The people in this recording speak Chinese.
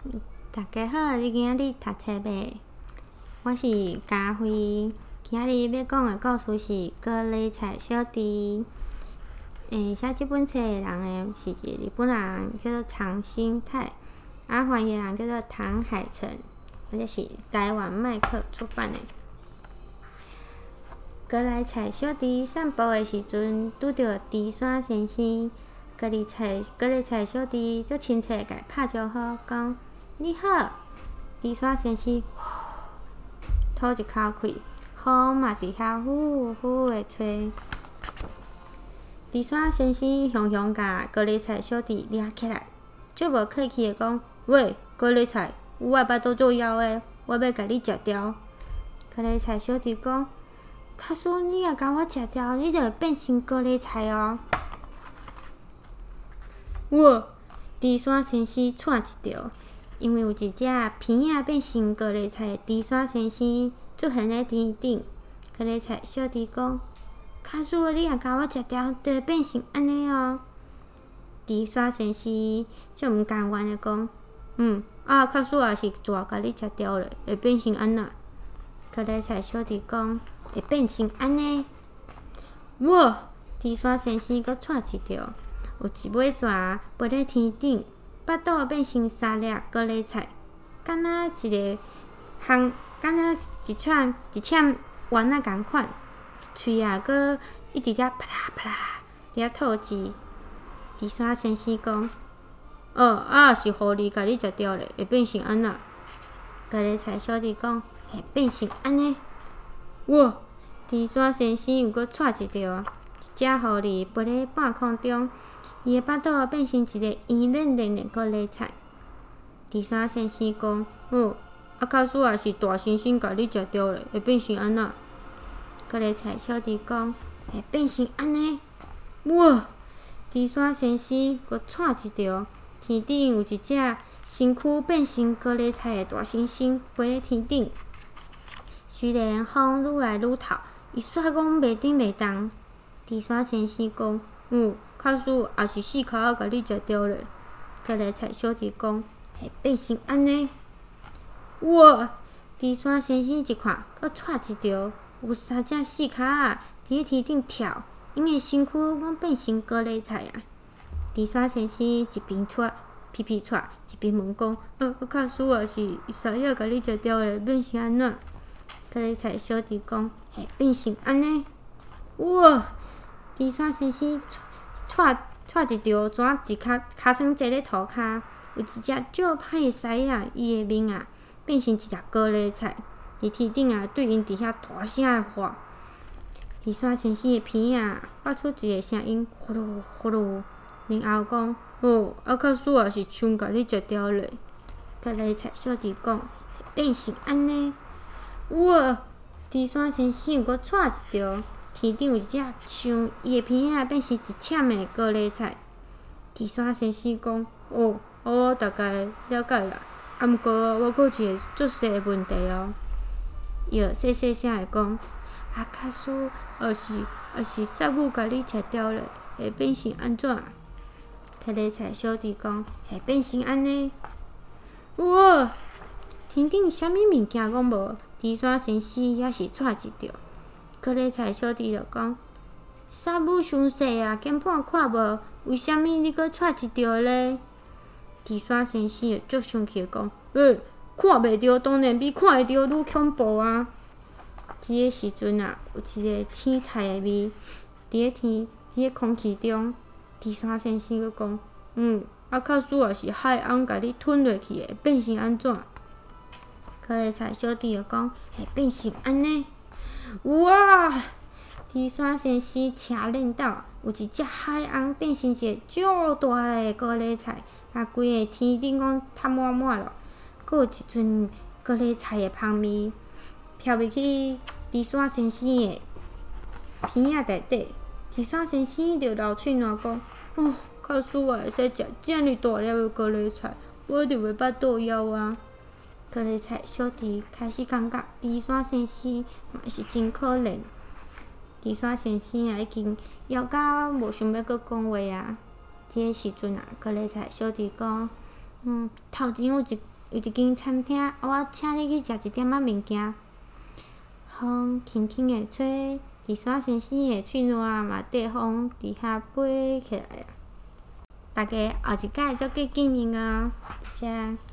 大家好，你今仔日读册未？我是嘉辉，今仔日要讲的故事是高丽菜小弟。写即本册的人呢是一个日本人，叫做长兴泰，翻译的人叫做唐海成，这是台湾麦克出版的。高丽菜小弟散步的时阵，拄着猪山先生。高丽菜小弟足亲切甲伊拍招呼，讲：你好。猪山先生吐一口气，风嘛伫遐呼呼的吹。猪山先生雄雄甲高丽菜小弟掠起来，足无客气的讲：喂，高丽菜，有我巴肚做枵的，我要甲你食掉。高丽菜小弟讲：假使你若甲我食掉，你就会变成高丽菜哦。哇！猪山先生喘一条，因为有一只鼻仔变成高丽菜的猪山先生出现在天顶。高丽菜小弟讲：假使你若甲我食掉，就会变成安尼哦。猪山先生足毋甘愿的讲：假使也是蛇甲你食掉咧，会变成安那？高丽菜小弟讲：会变成安尼。哇！猪山先生搁喘一条。有一尾蛇飞咧天顶，巴肚变成3粒高丽菜，敢若一串丸仔共款，喙也搁一直啪啦啪啦伫遐吐籽。猪山先生讲：若是狐狸甲你食掉咧，会变成安那？高丽菜小弟讲：会变成安尼。哇！猪山先生又搁踹一条，一只狐狸飞咧半空中。伊的巴肚变成一个圆润润的高丽菜。猪山先生讲：假使也是大猩猩甲你食掉咧，会变成安那？高丽菜小弟讲：会变成安尼。哇！猪山先生搁踹一条，天顶有一只身躯变成高丽菜的大猩猩飞咧天顶。虽然风愈来愈透，伊煞讲袂顶袂动。猪山先生讲：假使也是4脚仔甲你食掉咧，高丽菜小弟讲：会变成安尼。哇！猪山先生一看，搁踹一条，有3只4脚仔伫咧天顶跳，因的身躯拢变成高丽菜啊！猪山先生一边屁屁喘，一边问讲：假使也是3叶甲你食掉咧，变成安怎？高丽菜小弟讲：会变成安尼。哇！猪山先生踹一条蛇，一骹床坐咧涂骹，有一只足歹的狮仔，伊的面啊变成一粒高丽菜，伫天顶啊对因伫遐大声的喊。猪山先生的鼻啊发出一个声音，呼噜呼噜，然后讲：假使也是熊甲你食掉咧，高丽菜小弟讲：会变成安尼。哇！猪山先生又搁踹一条。天顶有一只象，伊的鼻仔变成一签的高丽菜。猪山先生讲：我大概了解啦，毋过我阁有一个足细的问题哦。伊细细声的讲：假使也是杀母甲你食掉咧，会变成安怎？高丽菜小弟讲：会变成安尼。哇！天顶啥物物件拢无，猪山先生也是踹一条。高丽菜小弟就讲：杀母伤细啊，根本看无，为虾米你阁踹一条咧？猪山先生就足生气讲：看袂着，当然比看会着愈恐怖啊！即个时阵啊，有一个青菜的味伫咧空气中。猪山先生佫讲：假使也是海翁甲你吞落去，会变成安怎？高丽菜小弟就讲：会变成安尼。哇！猪山先生车轮到，有一只海翁变成一个足大的高丽菜，规个天顶拢插满满咯。阁有一阵高丽菜的香味飘入去猪山先生的鼻仔内底。猪山先生就流喙烂讲：假使我会使食遮尔大粒的高丽菜，我就袂巴肚枵啊！高丽菜小弟开始感觉猪山先生嘛是真可怜。猪山先生已经枵到无想要阁讲话啊。即个时阵啊，高丽菜小弟讲：头前有一有一间餐厅，我请你去食一点仔物件。风轻轻的吹，伫山先生的喙烂嘛缀风伫遐飞起来啊！大家后一摆再见面啊！谢谢。